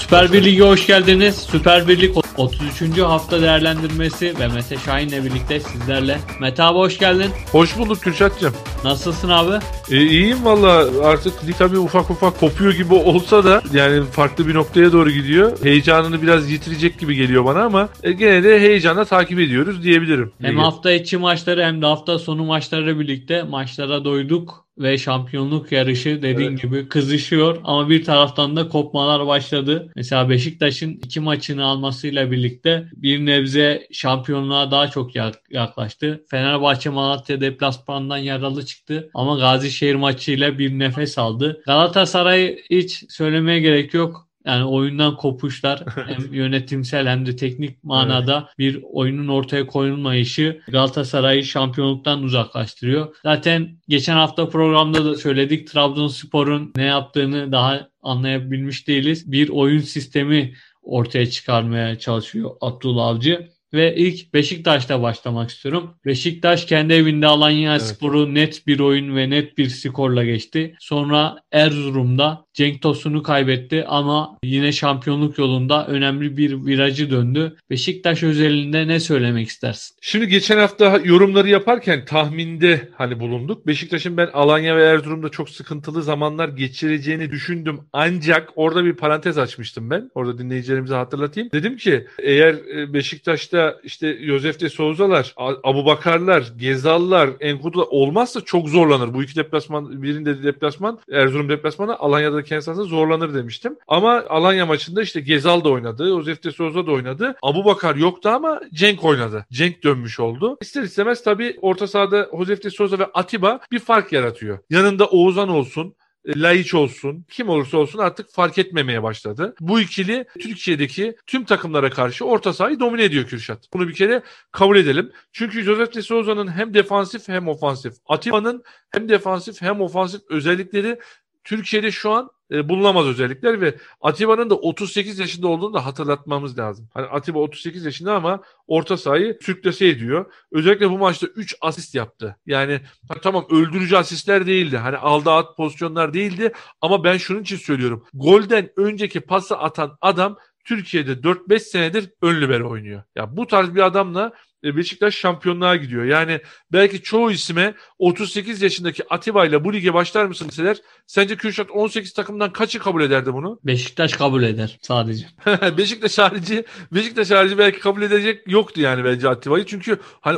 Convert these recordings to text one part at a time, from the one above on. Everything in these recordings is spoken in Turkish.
Süper Bir Lig'e hoş geldiniz. Süper Bir Lig 33. hafta değerlendirmesi ve Mete Şahin'le birlikte sizlerle. Mete abi hoş geldin. Hoş bulduk Kürşat'cığım. Nasılsın abi? İyiyim valla, artık lig tabii ufak ufak kopuyor gibi olsa da yani farklı bir noktaya doğru gidiyor. Heyecanını biraz yitirecek gibi geliyor bana ama gene de heyecanla takip ediyoruz diyebilirim. Hem hafta içi maçları hem de hafta sonu maçları birlikte maçlara doyduk. Ve şampiyonluk yarışı dediğin gibi kızışıyor ama bir taraftan da kopmalar başladı. Mesela Beşiktaş'ın 2 maçını almasıyla birlikte bir nebze şampiyonluğa daha çok yaklaştı. Fenerbahçe Malatya deplasmandan yaralı çıktı ama Gazişehir maçıyla bir nefes aldı. Galatasaray hiç söylemeye gerek yok. Yani oyundan kopuşlar hem yönetimsel hem de teknik manada bir oyunun ortaya koyulmayışı Galatasaray'ı şampiyonluktan uzaklaştırıyor. Zaten geçen hafta programda da söyledik, Trabzonspor'un ne yaptığını daha anlayabilmiş değiliz. Bir oyun sistemi ortaya çıkarmaya çalışıyor Abdullah Avcı. Ve ilk Beşiktaş'ta başlamak istiyorum. Beşiktaş kendi evinde Alanyaspor'u net bir oyun ve net bir skorla geçti. Sonra Erzurum'da Cenk Tosun'u kaybetti ama yine şampiyonluk yolunda önemli bir virajı döndü. Beşiktaş özelinde ne söylemek istersin? Şimdi geçen hafta yorumları yaparken tahminde bulunduk. Beşiktaş'ın ben Alanya ve Erzurum'da çok sıkıntılı zamanlar geçireceğini düşündüm. Ancak orada bir parantez açmıştım ben. Orada dinleyicilerimize hatırlatayım. Dedim ki eğer Beşiktaş'ta işte Josef de Souza'lar, Abubakarlar, Gezal'lar, Enkudu'lar olmazsa çok zorlanır. Bu iki deplasman, birinde deplasman, Erzurum deplasmanı, Alanya'da kendi sahasında zorlanır demiştim. Ama Alanya maçında işte Gezal da oynadı, Josef de Souza da oynadı. Abubakar yoktu ama Cenk oynadı. Cenk dönmüş oldu. İster istemez tabii orta sahada Josef de Souza ve Atiba bir fark yaratıyor. Yanında Oğuzhan olsun, Laiç olsun, kim olursa olsun artık fark etmemeye başladı. Bu ikili Türkiye'deki tüm takımlara karşı orta sahayı domine ediyor Kürşat. Bunu bir kere kabul edelim. Çünkü Josef de Souza'nın hem defansif hem ofansif, Atiba'nın hem defansif hem ofansif özellikleri Türkiye'de şu an bulunamaz özellikler ve Atiba'nın da 38 yaşında olduğunu da hatırlatmamız lazım. Atiba 38 yaşında ama orta sahayı sürklase ediyor. Özellikle bu maçta 3 asist yaptı. Yani tamam, öldürücü asistler değildi. Aldığı at pozisyonlar değildi ama ben şunun için söylüyorum. Golden önceki pası atan adam Türkiye'de 4-5 senedir ön libero oynuyor. Ya bu tarz bir adamla Beşiktaş şampiyonluğa gidiyor. Yani belki çoğu isme 38 yaşındaki Atiba ile bu lige başlar mısın deseler, sence Kürşat 18 takımdan kaçı kabul ederdi bunu? Beşiktaş kabul eder sadece. Beşiktaş harici belki kabul edecek yoktu yani bence Atiba'yı. Çünkü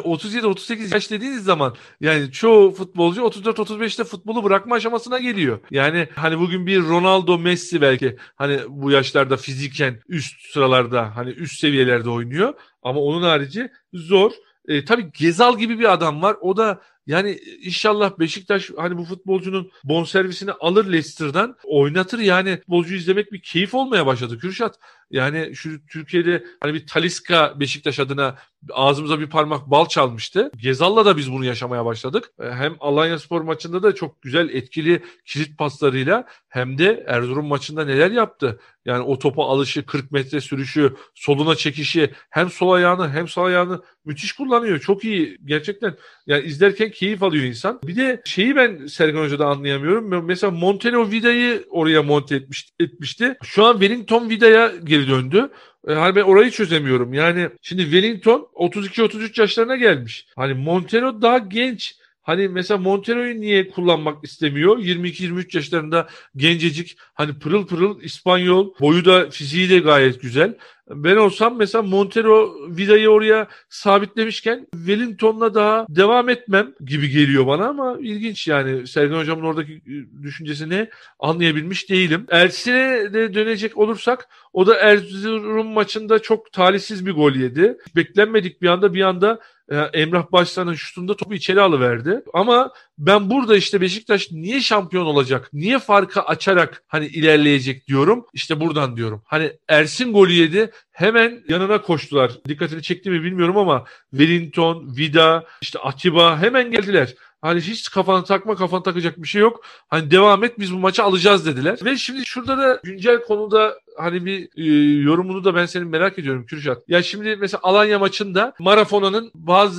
37-38 yaş dediğiniz zaman yani çoğu futbolcu 34-35'te futbolu bırakma aşamasına geliyor. Yani bugün bir Ronaldo, Messi belki bu yaşlarda fiziken üst sıralarda üst seviyelerde oynuyor. Ama onun harici zor. Tabii Gezal gibi bir adam var. O da yani inşallah Beşiktaş bu futbolcunun bonservisini alır Leicester'dan, oynatır. Yani futbolcuyu izlemek bir keyif olmaya başladı Kürşat. Yani şu Türkiye'de bir Talisca Beşiktaş adına ağzımıza bir parmak bal çalmıştı. Gezal'la da biz bunu yaşamaya başladık. Hem Alanyaspor maçında da çok güzel etkili kilit paslarıyla hem de Erzurum maçında neler yaptı. Yani o topa alışı, 40 metre sürüşü, soluna çekişi, hem sol ayağını hem sağ ayağını müthiş kullanıyor. Çok iyi gerçekten. Yani izlerken keyif alıyor insan. Bir de şeyi ben Sergen Hoca'da anlayamıyorum. Mesela Montero Vida'yı oraya monte etmişti. Şu an Wellington Vida'ya geri döndü. Ben orayı çözemiyorum. Yani şimdi Wellington 32-33 yaşlarına gelmiş. Montero daha genç. Mesela Montero'yu niye kullanmak istemiyor? 22-23 yaşlarında gencecik, pırıl pırıl İspanyol, boyu da fiziği de gayet güzel. Ben olsam mesela Montero Vida'yı oraya sabitlemişken Wellington'la daha devam etmem gibi geliyor bana ama ilginç yani. Sergen Hocam'ın oradaki düşüncesini anlayabilmiş değilim. Ersin'e de dönecek olursak, o da Erzurum maçında çok talihsiz bir gol yedi. Beklenmedik bir anda Emrah Başsan'ın şutunda topu içeri alıverdi. Ama ben burada işte Beşiktaş niye şampiyon olacak? Niye farkı açarak ilerleyecek diyorum. İşte buradan diyorum. Ersin golü yedi. Hemen yanına koştular. Dikkatini çekti mi bilmiyorum ama Wellington, Vida, işte Atiba hemen geldiler. Hiç kafana takacak bir şey yok. Devam et, biz bu maçı alacağız dediler. Ve şimdi şurada da güncel konuda bir yorumunu da ben senin merak ediyorum Kürşat. Ya şimdi mesela Alanya maçında Marafona'nın bazı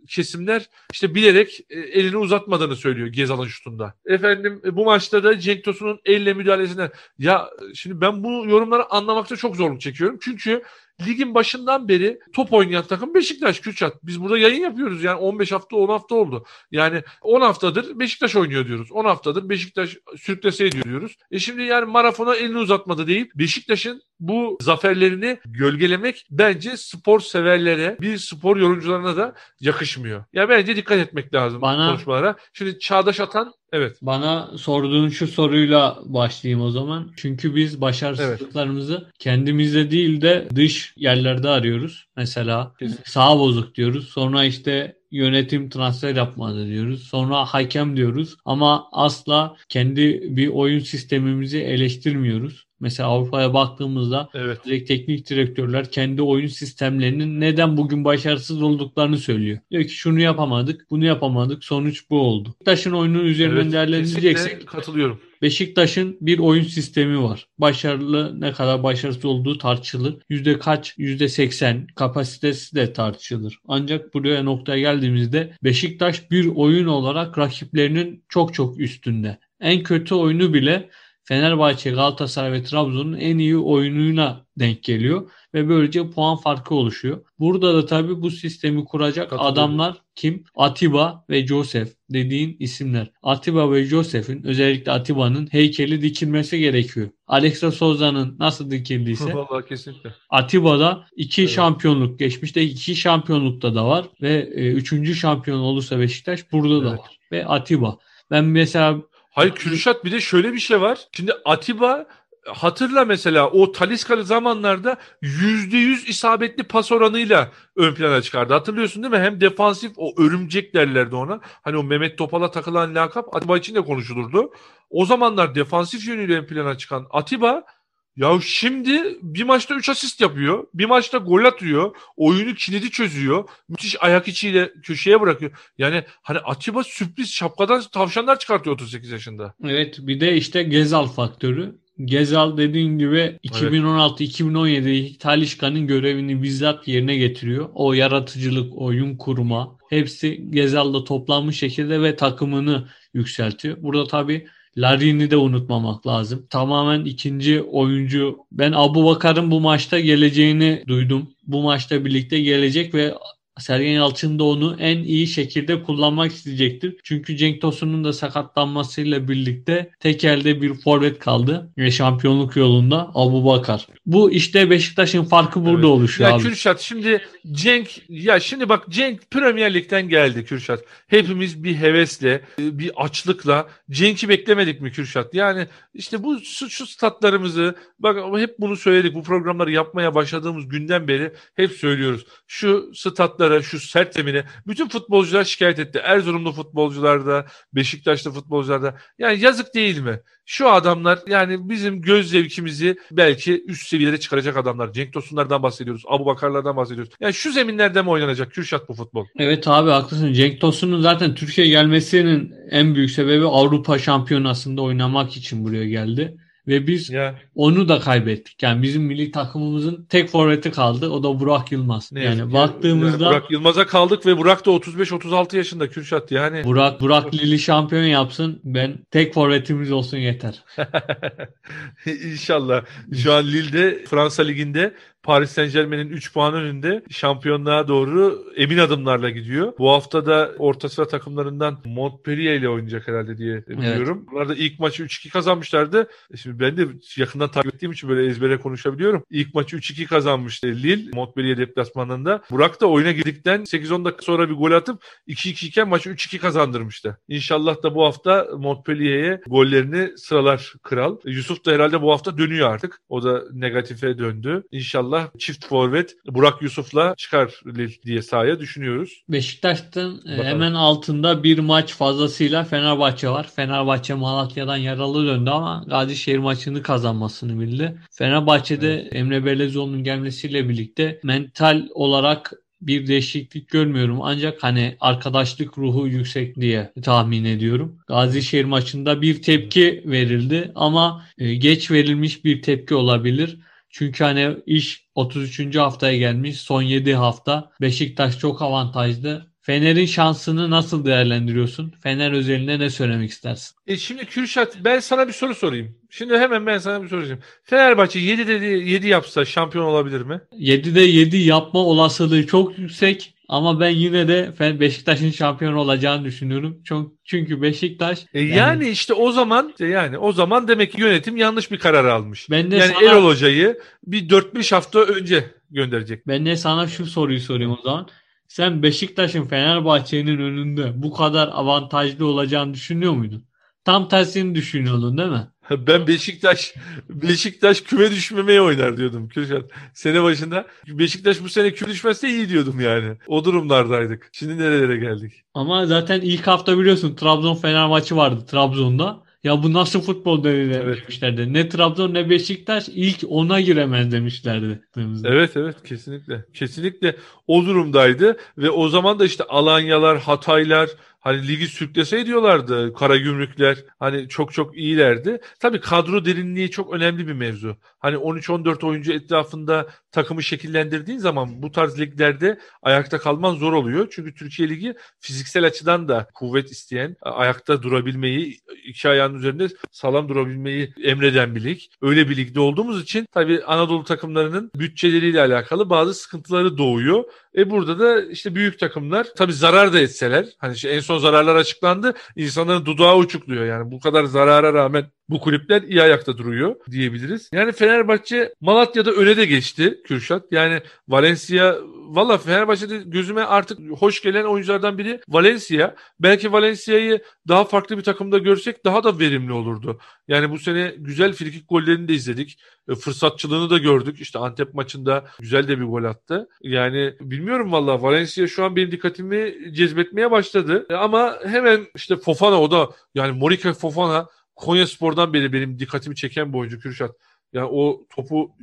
kesimler işte bilerek elini uzatmadığını söylüyor Gezal'ın şutunda. Efendim bu maçta da Cenk Tosun'un elle müdahalesinden. Ya şimdi ben bu yorumları anlamakta çok zorluk çekiyorum. Çünkü ligin başından beri top oynayan takım Beşiktaş, Kürşat. Biz burada yayın yapıyoruz yani 15 hafta 10 hafta oldu. Yani 10 haftadır Beşiktaş oynuyor diyoruz. 10 haftadır Beşiktaş sürklese ediyor diyoruz. Şimdi yani marafona elini uzatmadı deyip Beşiktaş'ın bu zaferlerini gölgelemek bence spor severlere, bir spor yorumcularına da yakışmıyor. Ya bence dikkat etmek lazım konuşmalara. Şimdi Çağdaş Atan, evet. Bana sorduğun şu soruyla başlayayım o zaman. Çünkü biz başarısızlıklarımızı kendimizde değil de dış yerlerde arıyoruz. Mesela sağ bozuk diyoruz. Sonra işte yönetim transfer yapmadı diyoruz. Sonra hakem diyoruz. Ama asla kendi bir oyun sistemimizi eleştirmiyoruz. Mesela Avrupa'ya baktığımızda direkt teknik direktörler kendi oyun sistemlerinin neden bugün başarısız olduklarını söylüyor. Diyor ki şunu yapamadık, bunu yapamadık, sonuç bu oldu. Beşiktaş'ın oyunu üzerinden değerlendireceksek katılıyorum. Beşiktaş'ın bir oyun sistemi var. Başarılı, ne kadar başarısız olduğu tartışılır. Yüzde kaç? %80 kapasitesi de tartışılır. Ancak buraya noktaya geldiğimizde Beşiktaş bir oyun olarak rakiplerinin çok çok üstünde. En kötü oyunu bile Fenerbahçe, Galatasaray ve Trabzon'un en iyi oyununa denk geliyor ve böylece puan farkı oluşuyor. Burada da tabii bu sistemi kuracak adamlar kim? Atiba ve Josef dediğin isimler. Atiba ve Josef'in, özellikle Atiba'nın heykeli dikilmesi gerekiyor. Alexa Souza'nın nasıl dikildiyse vallahi kesinlikle. Atiba'da 2 şampiyonluk, geçmişte 2 şampiyonlukta da var ve 3. şampiyon olursa Beşiktaş burada da var. Ve Atiba. Ben mesela Hayır Kürşat, bir de şöyle bir şey var. Şimdi Atiba, hatırla mesela o Taliscalı zamanlarda %100 isabetli pas oranıyla ön plana çıkardı. Hatırlıyorsun değil mi? Hem defansif, o örümcek derlerdi ona. Hani o Mehmet Topal'a takılan lakap Atiba için de konuşulurdu. O zamanlar defansif yönüyle ön plana çıkan Atiba, ya şimdi bir maçta 3 asist yapıyor. Bir maçta gol atıyor. Oyunu kilidi çözüyor. Müthiş ayak içiyle köşeye bırakıyor. Yani hani Atiba sürpriz, şapkadan tavşanlar çıkartıyor 38 yaşında. Evet, bir de işte Gezal faktörü. Gezal dediğin gibi 2016-2017 Talisca'nın görevini bizzat yerine getiriyor. O yaratıcılık, oyun kurma hepsi Gezal'da toplanmış şekilde ve takımını yükseltiyor. Burada tabii Larin'i de unutmamak lazım. Tamamen ikinci oyuncu. Ben Abubakar'ın bu maçta geleceğini duydum. Bu maçta birlikte gelecek ve Sergen Yalçın da onu en iyi şekilde kullanmak isteyecektir. Çünkü Cenk Tosun'un da sakatlanmasıyla birlikte tek elde bir forvet kaldı. Ve şampiyonluk yolunda Abubakar. Bu işte Beşiktaş'ın farkı burada oluşuyor ya abi. Kürşat, şimdi şimdi bak Cenk Premier Lig'den geldi Kürşat. Hepimiz bir hevesle, bir açlıkla Cenk'i beklemedik mi Kürşat? Yani işte bu şu statlarımızı, bak hep bunu söyledik, bu programları yapmaya başladığımız günden beri hep söylüyoruz. Şu statlara, şu sert zemine bütün futbolcular şikayet etti. Erzurumlu futbolcular da, Beşiktaşlı futbolcular da. Yani yazık değil mi? Şu adamlar yani bizim göz zevkimizi belki üst seviyelere çıkaracak adamlar. Cenk Tosunlardan bahsediyoruz. Abubakarlardan bahsediyoruz. Yani şu zeminlerde mi oynanacak Kürşat bu futbol? Evet abi, haklısın. Cenk Tosun'un zaten Türkiye'ye gelmesinin en büyük sebebi Avrupa Şampiyonası'nda oynamak için buraya geldi. Ve biz onu da kaybettik. Yani bizim milli takımımızın tek forveti kaldı. O da Burak Yılmaz. Yani baktığımızda Burak Yılmaz'a kaldık ve Burak da 35-36 yaşında Kürşat yani. Burak Lili şampiyon yapsın. Ben tek forvetimiz olsun yeter. İnşallah. Şu an Lille'de, Fransa Ligi'nde Paris Saint-Germain'in 3 puan önünde, şampiyonluğa doğru emin adımlarla gidiyor. Bu hafta da orta sıra takımlarından Montpellier ile oynayacak herhalde diye biliyorum. Bunlar da ilk maçı 3-2 kazanmışlardı. Şimdi ben de yakından takip ettiğim için böyle ezbere konuşabiliyorum. İlk maçı 3-2 kazanmıştı Lille Montpellier deplasmanında. Burak da oyuna girdikten 8-10 dakika sonra bir gol atıp 2-2 iken maçı 3-2 kazandırmıştı. İnşallah da bu hafta Montpellier'e gollerini sıralar kral. Yusuf da herhalde bu hafta dönüyor artık. O da negatife döndü. İnşallah çift forvet Burak Yusuf'la çıkar diye sahaya düşünüyoruz. Beşiktaş'tan hemen altında bir maç fazlasıyla Fenerbahçe var. Fenerbahçe Malatya'dan yaralı döndü ama Gazişehir maçını kazanmasını bildi. Fenerbahçe'de Emre Belezoğlu'nun gelmesiyle birlikte mental olarak bir değişiklik görmüyorum. Ancak hani arkadaşlık ruhu yüksek diye tahmin ediyorum. Gazişehir maçında bir tepki verildi ama geç verilmiş bir tepki olabilir. Çünkü hani iş 33. haftaya gelmiş. Son 7 hafta Beşiktaş çok avantajlı. Fener'in şansını nasıl değerlendiriyorsun? Fener özelinde ne söylemek istersin? Şimdi Kürşat, ben sana bir soru sorayım. Şimdi hemen ben sana bir soru sorayım. Fenerbahçe 7 yapsa şampiyon olabilir mi? 7'de 7 yapma olasılığı çok yüksek ama ben yine de Beşiktaş'ın şampiyon olacağını düşünüyorum. Çünkü Beşiktaş yani Yani işte o zaman demek ki yönetim yanlış bir karar almış. ben de Yani Erol sana Hoca'yı bir 4-5 hafta önce gönderecek. ben de sana şu soruyu sorayım o zaman. Sen Beşiktaş'ın Fenerbahçe'nin önünde bu kadar avantajlı olacağını düşünüyor muydun? Tam tersini düşünüyordun değil mi? Ben Beşiktaş küme düşmemeye oynar diyordum Kürşat. Sene başında Beşiktaş bu sene küme düşmezse iyi diyordum yani. O durumlardaydık. Şimdi nerelere geldik? Ama zaten ilk hafta biliyorsun Trabzon Fener maçı vardı Trabzon'da. Ya bu nasıl futbol Evet. demişlerdi. Ne Trabzon ne Beşiktaş ilk ona giremez demişlerdi. Evet, kesinlikle. Kesinlikle o durumdaydı ve o zaman da işte Alanyalar, Hataylar hani ligi sürklese ediyorlardı. Karagümrükler hani çok iyilerdi. Tabii kadro derinliği çok önemli bir mevzu. Hani 13-14 oyuncu etrafında takımı şekillendirdiğin zaman bu tarz liglerde ayakta kalman zor oluyor. Çünkü Türkiye Ligi fiziksel açıdan da kuvvet isteyen, ayakta durabilmeyi, iki ayağın üzerinde sağlam durabilmeyi emreden bir lig. Öyle bir ligde olduğumuz için tabii Anadolu takımlarının bütçeleriyle alakalı bazı sıkıntıları doğuyor. Burada da işte büyük takımlar tabii zarar da etseler, hani en son zararlar açıklandı, insanların dudağı uçukluyor. Yani bu kadar zarara rağmen bu kulüpler iyi ayakta duruyor diyebiliriz. Yani Fenerbahçe Malatya'da öne de geçti Kürşat. Yani Valencia, valla Fenerbahçe'de gözüme artık hoş gelen oyunculardan biri Valencia. Belki Valencia'yı daha farklı bir takımda görsek daha da verimli olurdu. Yani bu sene güzel frikik gollerini de izledik. Fırsatçılığını da gördük. İşte Antep maçında güzel de bir gol attı. Yani bilmiyorum valla, Valencia şu an benim dikkatimi cezbetmeye başladı. Ama hemen işte Fofana, o da yani Morika Fofana Konyaspor'dan beri benim dikkatimi çeken bir oyuncu Kürşat. Yani o topu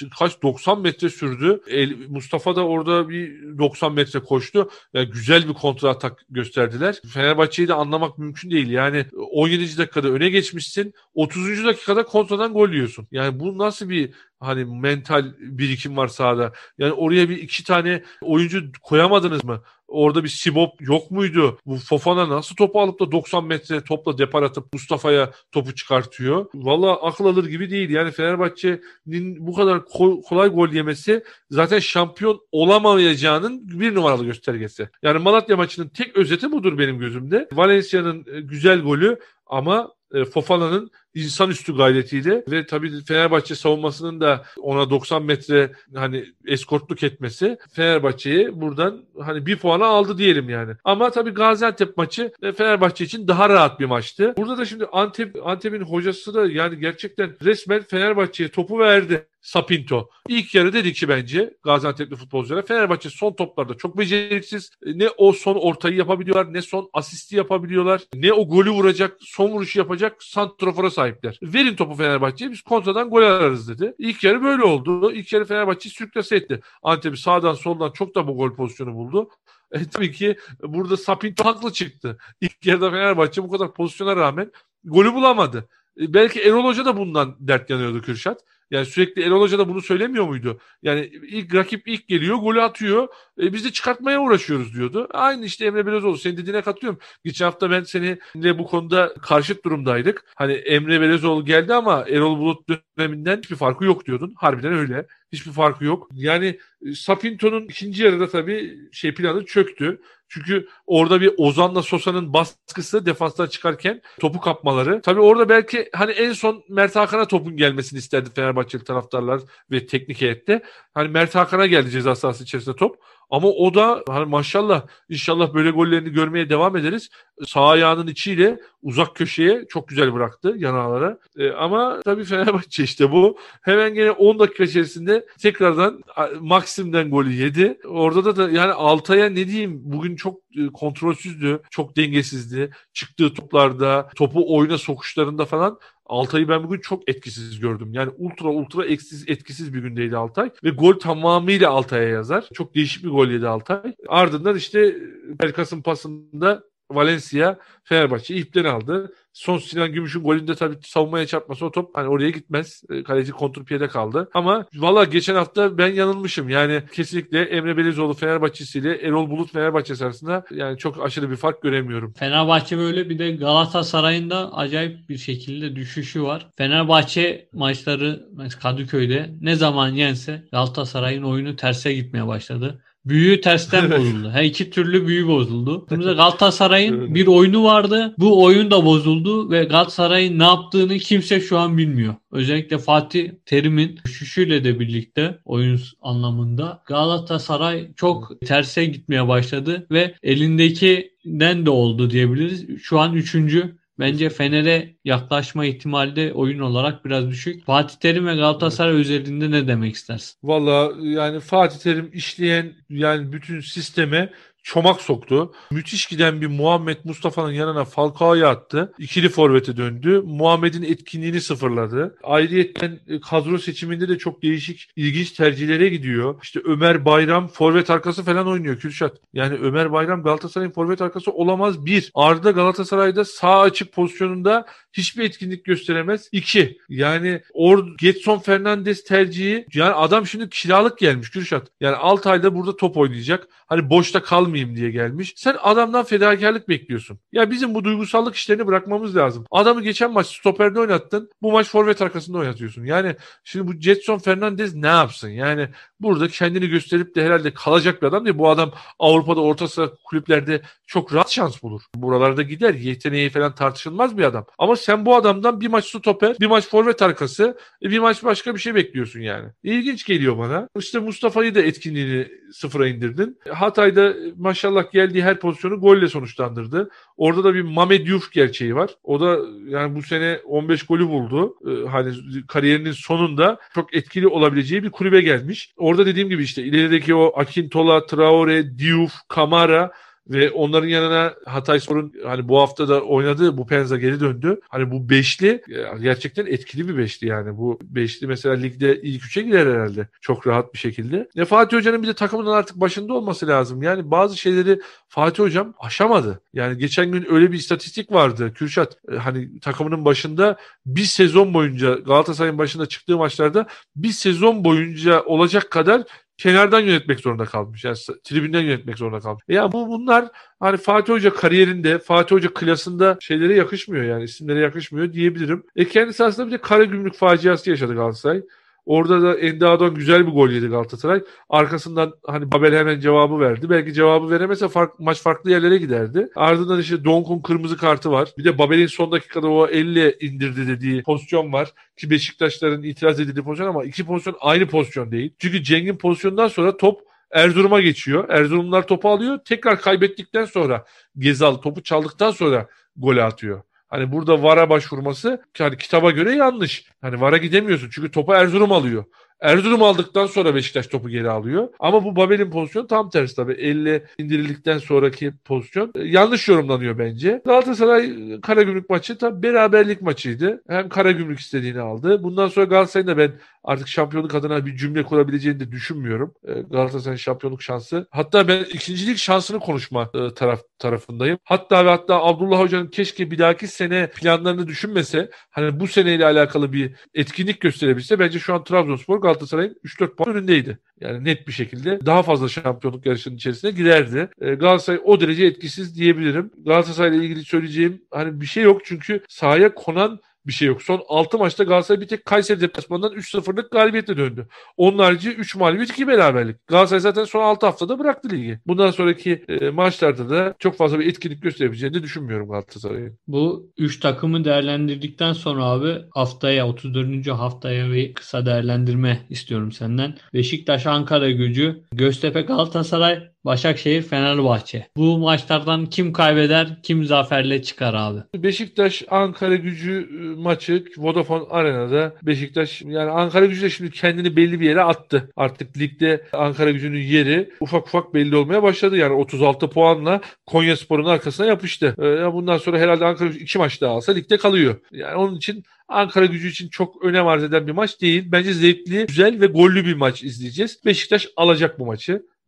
90 metre sürdü. Mustafa da orada bir 90 metre koştu. Yani güzel bir kontra atak gösterdiler. Fenerbahçe'yi de anlamak mümkün değil. Yani 17. dakikada öne geçmişsin. 30. dakikada kontradan gol yiyorsun. Yani bu nasıl bir hani mental birikim var sahada? Yani oraya bir iki tane oyuncu koyamadınız mı? Orada bir Sibop yok muydu? Bu Fofana nasıl topu alıp da 90 metre topla depar atıp Mustafa'ya topu çıkartıyor? Valla akıl alır gibi değil. Yani Fenerbahçe'nin bu kadar kolay gol yemesi zaten şampiyon olamayacağının bir numaralı göstergesi. Yani Malatya maçının tek özeti budur benim gözümde. Valencia'nın güzel golü ama Fofana'nın insanüstü gayretiyle ve tabii Fenerbahçe savunmasının da ona 90 metre hani eskortluk etmesi Fenerbahçe'yi buradan hani bir puanı aldı diyelim yani. Ama tabii Gaziantep maçı Fenerbahçe için daha rahat bir maçtı. Burada da şimdi Antep'in hocası da yani gerçekten resmen Fenerbahçe'ye topu verdi. Sapinto. İlk yarı dedik ki bence Gaziantep'li futbolculara Fenerbahçe son toplarda çok beceriksiz. Ne o son ortayı yapabiliyorlar, ne son asisti yapabiliyorlar, ne o golü vuracak, son vuruşu yapacak santrofora sahipler. Verin topu Fenerbahçe'ye, biz kontradan gol ararız dedi. İlk yarı böyle oldu. İlk yarı Fenerbahçe sürklase etti. Antep'i sağdan soldan çok da bu gol pozisyonu buldu. Tabii ki burada Sapinto haklı çıktı. İlk yarıda Fenerbahçe bu kadar pozisyona rağmen golü bulamadı. Belki Erol Hoca da bundan dert yanıyordu Kürşat. Yani sürekli Erol Hoca da bunu söylemiyor muydu? Yani rakip ilk geliyor, golü atıyor. Biz de çıkartmaya uğraşıyoruz diyordu. Aynı işte Emre Belözoğlu. Senin dediğine katılıyorum. Geçen hafta ben seninle bu konuda karşıt durumdaydık. Hani Emre Belözoğlu geldi ama Erol Bulut döneminden hiçbir farkı yok diyordun. Harbiden öyle. Hiçbir farkı yok. Yani Sapinto'nun ikinci yarıda tabii planı çöktü. Çünkü orada bir Ozan'la Sosa'nın baskısı, defanstan çıkarken topu kapmaları. Tabii orada belki hani en son Mert Hakan'a topun gelmesini isterdi Fenerbahçeli taraftarlar ve teknik heyette. Hani Mert Hakan'a geldi ceza sahası içerisinde top. Ama o da hani maşallah, inşallah böyle gollerini görmeye devam ederiz. Sağ ayağının içiyle uzak köşeye çok güzel bıraktı yanağlara. Ama tabii Fenerbahçe işte bu. Hemen gene 10 dakika içerisinde tekrardan Maxim'den golü yedi. Orada da yani Altay'a ne diyeyim, bugün çok kontrolsüzdü, çok dengesizdi. Çıktığı toplarda, topu oyuna sokuşlarında falan Altay'ı ben bugün çok etkisiz gördüm. Yani ultra etkisiz bir gündeydi Altay. Ve gol tamamıyla Altay'a yazar. Çok değişik bir gol yedi Altay. Ardından işte Pelkas'ın pasında Valencia Fenerbahçe'yi ipten aldı. Son Sinan Gümüş'ün golünde tabii savunmaya çarpması o top hani oraya gitmez. Kaleci kontrpiyede kaldı. Ama valla geçen hafta ben yanılmışım. Yani kesinlikle Emre Belezoğlu Fenerbahçesi ile Erol Bulut Fenerbahçesi arasında yani çok aşırı bir fark göremiyorum. Fenerbahçe böyle, bir de Galatasaray'ın da acayip bir şekilde düşüşü var. Fenerbahçe maçları Kadıköy'de ne zaman yense Galatasaray'ın oyunu terse gitmeye başladı. Büyü tersten Evet. bozuldu. Her iki türlü büyü bozuldu. Şimdi Galatasaray'ın Öyle. bir oyunu vardı. Bu oyun da bozuldu ve Galatasaray'ın ne yaptığını kimse şu an bilmiyor. Özellikle Fatih Terim'in düşüşüyle de birlikte oyun anlamında Galatasaray çok terse gitmeye başladı ve elindekinden de oldu diyebiliriz. Şu an üçüncü. Bence Fener'e yaklaşma ihtimali de oyun olarak biraz düşük. Fatih Terim ve Galatasaray özelinde ne demek istersin? Valla yani Fatih Terim işleyen yani bütün sisteme çomak soktu. Müthiş giden bir Muhammed Mustafa'nın yanına Falcao'yu attı. İkili forvete döndü. Muhammed'in etkinliğini sıfırladı. Ayrıyeten kadro seçiminde de çok değişik, ilginç tercihlere gidiyor. İşte Ömer Bayram forvet arkası falan oynuyor Kürşat. Yani Ömer Bayram Galatasaray'ın forvet arkası olamaz. Bir, Arda Galatasaray'da sağ açık pozisyonunda hiçbir etkinlik gösteremez. İki, yani Getson Fernandes tercihi, yani adam şimdi kiralık gelmiş Kürşat. Yani 6 ayda burada top oynayacak. Hani boşta kalmayayım diye gelmiş. Sen adamdan fedakarlık bekliyorsun. Ya bizim bu duygusallık işlerini bırakmamız lazım. Adamı geçen maç stoperde oynattın. Bu maç forvet arkasında oynatıyorsun. Yani şimdi bu Getson Fernandes ne yapsın? Yani burada kendini gösterip de herhalde kalacak bir adam değil. Bu adam Avrupa'da orta sıra kulüplerde çok rahat şans bulur. Buralarda gider. Yeteneği falan tartışılmaz bir adam. Ama sen bu adamdan bir maç stoper, bir maç forvet arkası, bir maç başka bir şey bekliyorsun yani. İlginç geliyor bana. İşte Mustafa'yı da etkinliğini sıfıra indirdin. Hatay'da maşallah geldiği her pozisyonu golle sonuçlandırdı. Orada da bir Mame Diouf gerçeği var. O da yani bu sene 15 golü buldu. Hani kariyerinin sonunda çok etkili olabileceği bir kulübe gelmiş. Orada dediğim gibi işte ilerideki o Akintola, Traore, Diouf, Kamara ve onların yanına Hatayspor'un hani bu hafta da oynadığı bu Penza geri döndü. Hani bu beşli gerçekten etkili bir beşli yani. Bu beşli mesela ligde ilk üçe girer herhalde. Çok rahat bir şekilde. Fatih Hoca'nın bir de takımın artık başında olması lazım. Yani bazı şeyleri Fatih Hocam aşamadı. Yani geçen gün öyle bir istatistik vardı Kürşat. Hani takımının başında bir sezon boyunca Galatasaray'ın başında çıktığı maçlarda bir sezon boyunca olacak kadar kenardan yönetmek zorunda kalmış. Yani tribünden yönetmek zorunda kalmış. Ya bunlar hani Fatih Hoca kariyerinde, Fatih Hoca klasında şeylere yakışmıyor yani isimlere yakışmıyor diyebilirim. Kendisi aslında bir de Karagümrük faciası yaşadı Galatasaray. Orada da Endao'dan güzel bir gol yedi Galatasaray. Arkasından hani Babel hemen cevabı verdi. Belki cevabı veremezse maç farklı yerlere giderdi. Ardından işte Donk'un kırmızı kartı var. Bir de Babel'in son dakikada o elle indirdi dediği pozisyon var. Ki Beşiktaşların itiraz edildiği pozisyon ama iki pozisyon aynı pozisyon değil. Çünkü Cenk'in pozisyonundan sonra top Erzurum'a geçiyor. Erzurumlar topu alıyor. Tekrar kaybettikten sonra Gezal topu çaldıktan sonra gol atıyor. Hani burada VAR'a başvurması hani kitaba göre yanlış. Hani VAR'a gidemiyorsun çünkü topu Erzurum alıyor. Erzurum aldıktan sonra Beşiktaş topu geri alıyor. Ama bu Babel'in pozisyonu tam tersi tabii. Elle indirildikten sonraki pozisyon yanlış yorumlanıyor bence. Galatasaray Karagümrük maçı tabii beraberlik maçıydı. Hem Karagümrük istediğini aldı. Bundan sonra Galatasaray'ın da ben artık şampiyonluk adına bir cümle kurabileceğini de düşünmüyorum. Galatasaray'ın şampiyonluk şansı. Hatta ben ikincilik şansını konuşma tarafındayım. Hatta Abdullah Hoca'nın keşke bir dahaki sene planlarını düşünmese, hani bu seneyle alakalı bir etkinlik gösterebilse bence şu an Trabzonspor Galatasaray'ın 3-4 puan önündeydi. Yani net bir şekilde daha fazla şampiyonluk yarışının içerisine girerdi. Galatasaray o derece etkisiz diyebilirim. Galatasaray'la ilgili söyleyeceğim hani bir şey yok çünkü sahaya konan bir şey yok. Son 6 maçta Galatasaray bir tek Kayseri deplasmanından 3-0'lık galibiyetle döndü. Onun harici 3 mağlubiyet 2 beraberlik. Galatasaray zaten son 6 haftada bıraktı ligi. Bundan sonraki maçlarda da çok fazla bir etkinlik gösterebileceğini de düşünmüyorum Galatasaray'ın. Bu 3 takımı değerlendirdikten sonra abi haftaya 34. haftaya bir kısa değerlendirme istiyorum senden. Beşiktaş Ankara Gücü, Göztepe Galatasaray, Başakşehir Fenerbahçe. Bu maçlardan kim kaybeder, kim zaferle çıkar abi? Beşiktaş Ankara Gücü maçı Vodafone Arena'da Beşiktaş yani Ankara Gücü de şimdi kendini belli bir yere attı. Artık ligde Ankara Gücü'nün yeri ufak ufak belli olmaya başladı. Yani 36 puanla Konyaspor'un arkasına yapıştı. Bundan sonra herhalde Ankara Gücü 2 maç daha alsa ligde kalıyor. Yani onun için Ankara Gücü için çok önem arz eden bir maç değil. Bence zevkli, güzel ve gollü bir maç izleyeceğiz. Beşiktaş alacak bu maçı.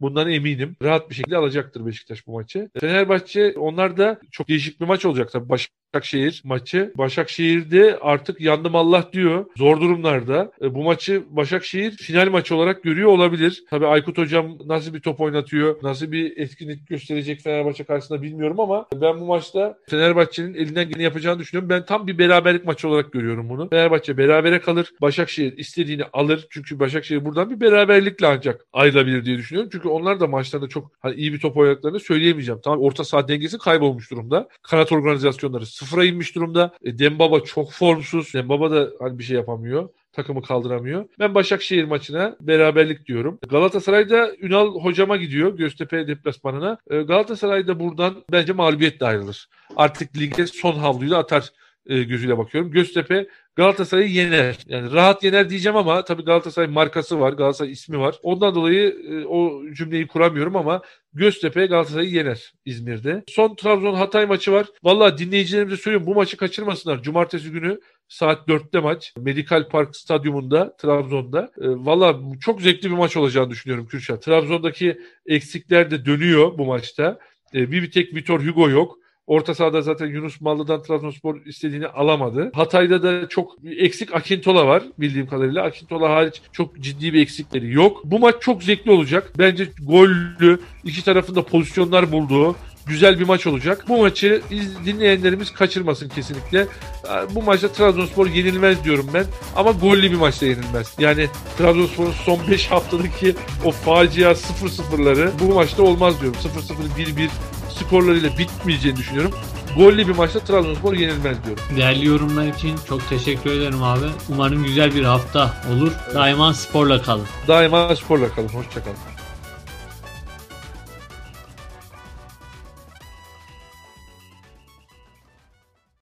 Bundan eminim. Rahat bir şekilde alacaktır Beşiktaş bu maçı. Fenerbahçe, onlar da çok değişik bir maç olacak tabii. Başakşehir maçı. Başakşehir'de artık yandım Allah diyor. Zor durumlarda. Bu maçı Başakşehir final maçı olarak görüyor olabilir. Tabii Aykut Hocam nasıl bir top oynatıyor, nasıl bir etkinlik gösterecek Fenerbahçe karşısında bilmiyorum ama ben bu maçta Fenerbahçe'nin elinden geleni yapacağını düşünüyorum. Ben tam bir beraberlik maçı olarak görüyorum bunu. Fenerbahçe berabere kalır. Başakşehir istediğini alır. Çünkü Başakşehir buradan bir beraberlikle ancak ayrılabilir diye düşünüyorum. Çünkü onlar da maçlarda çok iyi bir top oynadıklarını söyleyemeyeceğim. Tamam, orta saha dengesi kaybolmuş durumda. Kanat organizasyonları sıfıra inmiş durumda. Dembaba çok formsuz. Dembaba da bir şey yapamıyor. Takımı kaldıramıyor. Ben Başakşehir maçına beraberlik diyorum. Galatasaray'da Ünal hocama gidiyor Göztepe deplasmanına. Galatasaray'da buradan bence mağlubiyetle ayrılır. Artık lige son havluyu da atar gözüyle bakıyorum. Göztepe Galatasaray'ı yener. Yani rahat yener diyeceğim ama tabii Galatasaray markası var. Galatasaray ismi var. Ondan dolayı o cümleyi kuramıyorum ama Göztepe Galatasaray'ı yener İzmir'de. Son Trabzon-Hatay maçı var. Vallahi dinleyicilerimize söylüyorum, bu maçı kaçırmasınlar. Cumartesi günü saat 4'te maç. Medical Park Stadyumunda, Trabzon'da. Vallahi çok zevkli bir maç olacağını düşünüyorum Kürşat. Trabzon'daki eksikler de dönüyor bu maçta. Bir tek Vitor Hugo yok. Orta sahada zaten Yunus Mallı'dan Trabzonspor istediğini alamadı. Hatay'da da çok eksik Akintola var bildiğim kadarıyla. Akintola hariç çok ciddi bir eksikleri yok. Bu maç çok zevkli olacak. Bence gollü, iki tarafında pozisyonlar bulduğu güzel bir maç olacak. Bu maçı dinleyenlerimiz kaçırmasın kesinlikle. Bu maçta Trabzonspor yenilmez diyorum ben. Ama gollü bir maçta yenilmez. Yani Trabzonspor'un son 5 haftadaki o facia 0-0'ları bu maçta olmaz diyorum. 0-0, 1-1 skorlarıyla bitmeyeceğini düşünüyorum. Gollü bir maçta Trabzonspor yenilmez diyorum. Değerli yorumlar için çok teşekkür ederim abi. Umarım güzel bir hafta olur. Daima sporla kalın. Daima sporla kalın. Hoşça kalın.